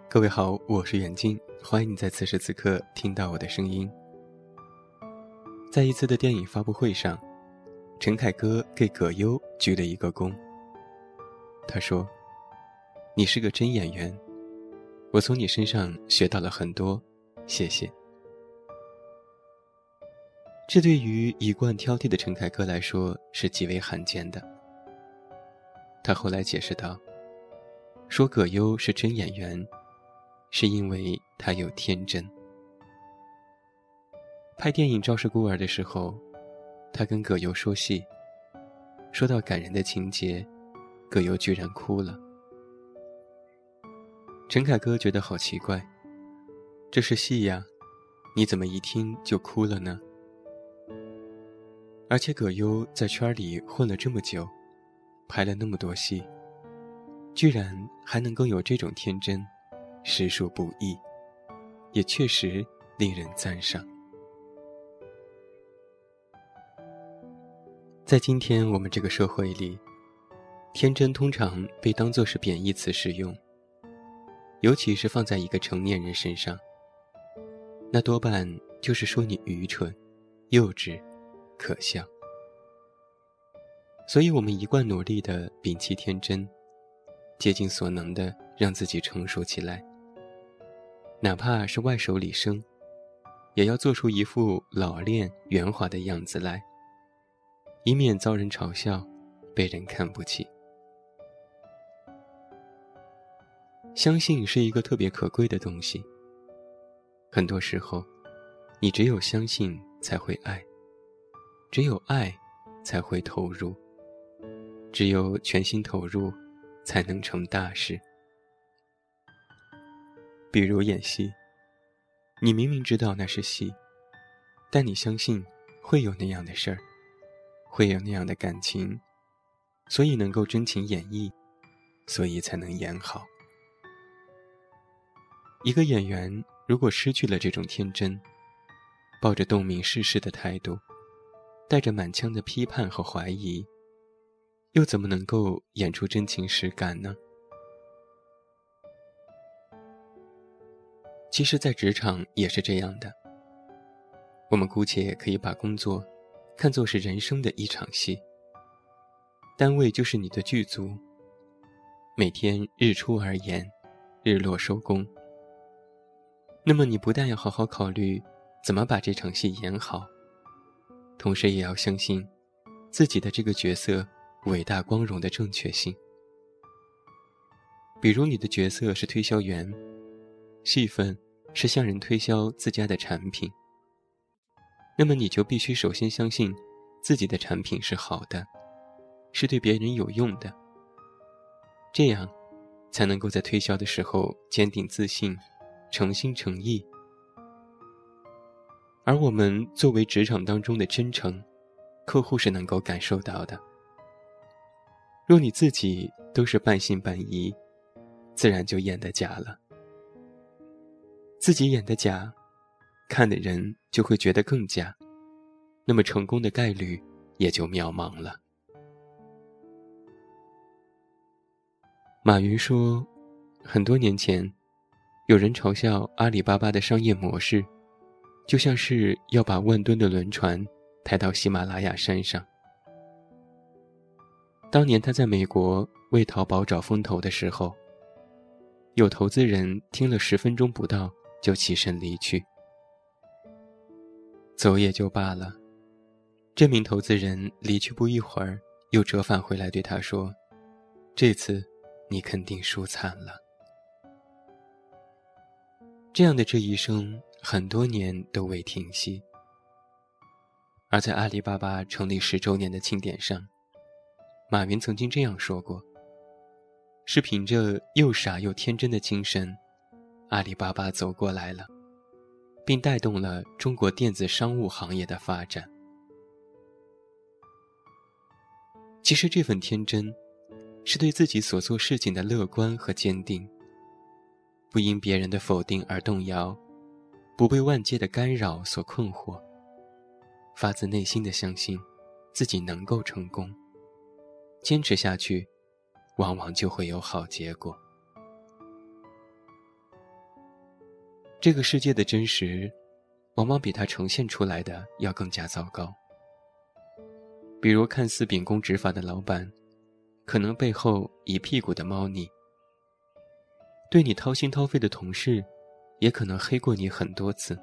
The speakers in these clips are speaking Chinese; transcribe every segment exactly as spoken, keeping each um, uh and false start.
各位好，我是远近，欢迎你在此时此刻听到我的声音。在一次的电影发布会上，陈凯歌给葛优鞠了一个躬。他说：你是个真演员，我从你身上学到了很多，谢谢。这对于一贯挑剔的陈凯歌来说是极为罕见的。他后来解释道，说葛优是真演员，是因为他有天真。拍电影《赵氏孤儿》的时候，他跟葛优说戏，说到感人的情节，葛优居然哭了。陈凯歌觉得好奇怪，这是戏呀，你怎么一听就哭了呢？而且葛优在圈里混了这么久，拍了那么多戏，居然还能够有这种天真，实属不易，也确实令人赞赏。在今天我们这个社会里，天真通常被当作是贬义词使用，尤其是放在一个成年人身上，那多半就是说你愚蠢、幼稚、可笑。所以我们一贯努力地摒弃天真，竭尽所能地让自己成熟起来，哪怕是外手里生，也要做出一副老练圆滑的样子来，以免遭人嘲笑，被人看不起。相信是一个特别可贵的东西，很多时候你只有相信才会爱，只有爱才会投入，只有全心投入才能成大事。比如演戏，你明明知道那是戏，但你相信会有那样的事儿，会有那样的感情，所以能够真情演绎，所以才能演好。一个演员如果失去了这种天真，抱着洞明世事的态度，带着满腔的批判和怀疑，又怎么能够演出真情实感呢？其实在职场也是这样的，我们姑且可以把工作看作是人生的一场戏，单位就是你的剧组，每天日出而言，日落收工。那么你不但要好好考虑怎么把这场戏演好，同时也要相信自己的这个角色伟大光荣的正确性。比如你的角色是推销员，戏份是向人推销自家的产品，那么你就必须首先相信自己的产品是好的，是对别人有用的，这样才能够在推销的时候坚定自信，诚心诚意。而我们作为职场当中的真诚，客户是能够感受到的。若你自己都是半信半疑，自然就演得假了。自己演得假，看的人就会觉得更假，那么成功的概率也就渺茫了。马云说，很多年前，有人嘲笑阿里巴巴的商业模式，就像是要把万吨的轮船抬到喜马拉雅山上。当年他在美国为淘宝找风投的时候，有投资人听了十分钟不到就起身离去。走也就罢了，这名投资人离去不一会儿，又折返回来对他说，这次你肯定输惨了。这样的这一生很多年都未停息。而在阿里巴巴成立十周年的庆典上，马云曾经这样说过，是凭着又傻又天真的精神，阿里巴巴走过来了，并带动了中国电子商务行业的发展。其实这份天真，是对自己所做事情的乐观和坚定，不因别人的否定而动摇，不被外界的干扰所困惑，发自内心的相信自己能够成功，坚持下去，往往就会有好结果。 这个世界的真实往往比它呈现出来的要更加糟糕。比如看似秉公执法的老板，可能背后一屁股的猫腻；对你掏心掏肺的同事，也可能黑过你很多次。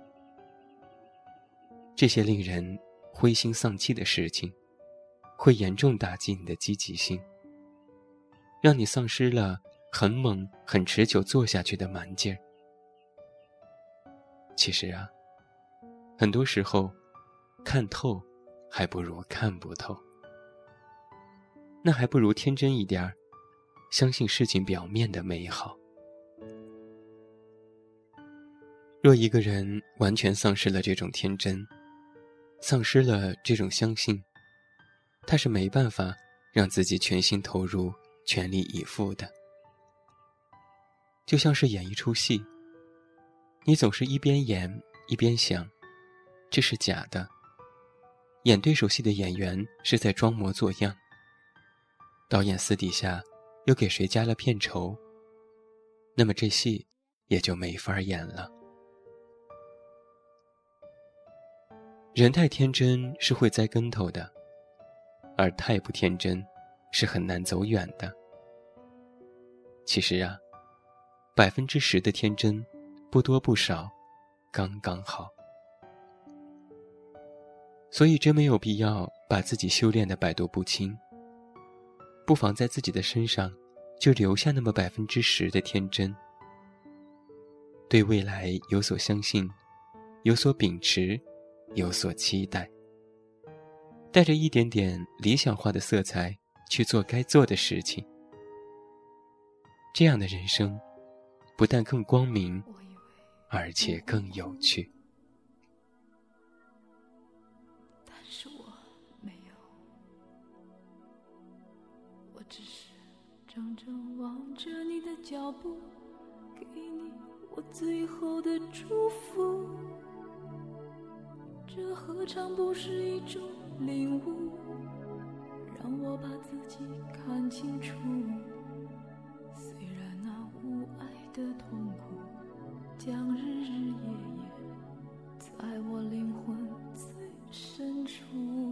这些令人灰心丧气的事情，会严重打击你的积极性，让你丧失了很猛很持久做下去的蛮劲儿。其实啊，很多时候看透还不如看不透，那还不如天真一点儿，相信事情表面的美好。若一个人完全丧失了这种天真，丧失了这种相信，他是没办法让自己全心投入全力以赴的。就像是演一出戏，你总是一边演一边想，这是假的，演对手戏的演员是在装模作样，导演私底下又给谁加了片酬，那么这戏也就没法演了。人太天真是会栽跟头的，而太不天真是很难走远的。其实啊，百分之十的天真，不多不少，刚刚好。所以真没有必要把自己修炼的百毒不侵，不妨在自己的身上就留下那么百分之十的天真，对未来有所相信，有所秉持，有所期待，带着一点点理想化的色彩去做该做的事情。这样的人生不但更光明，而且更有趣。 但是我没有，我只是怔怔望着你的脚步，给你我最后的祝福。这何尝不是一种领悟，让我把自己看清楚。虽然那无爱的痛苦将日日夜夜在我灵魂最深处，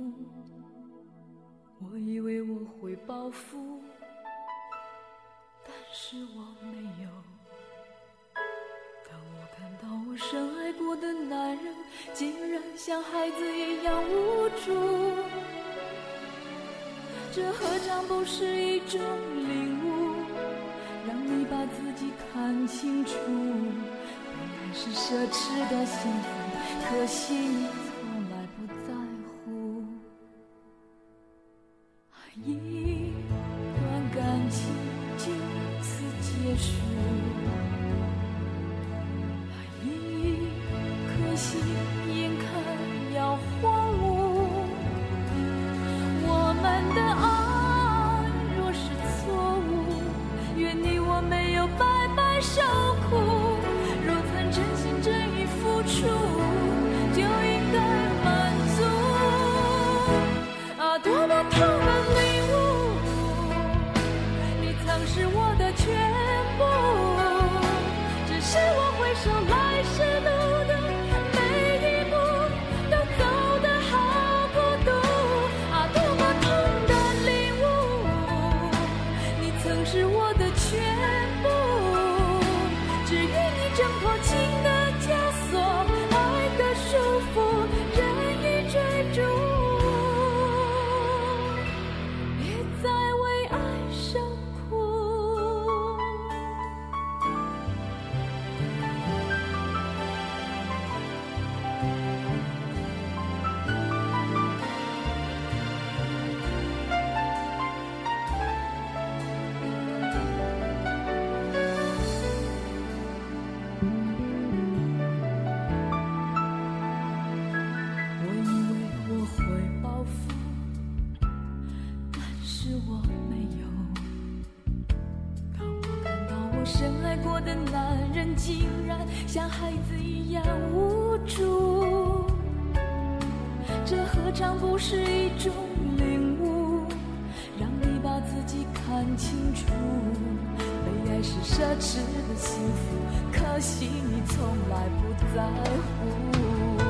我以为我会报复，但是我没有。当我看到我深爱过的男人竟然像孩子一样无助，这何尝不是一种领悟，让你把自己看清楚。本来是奢侈的幸福，可惜你从来不在乎。一段感情就此结束，可惜眼看要荒芜，我们的爱若是错误，愿你我没有白白受苦。若曾真心真意付出，就应该满足。啊，多么痛的领悟，你曾是我的全部，只是我回首来时路的是我的全部，只愿你挣脱情的枷锁，爱的束缚，任意追逐，别再为爱受苦。深爱过的男人竟然像孩子一样无助，这何尝不是一种领悟，让你把自己看清楚。被该是奢侈的幸福，可惜你从来不在乎。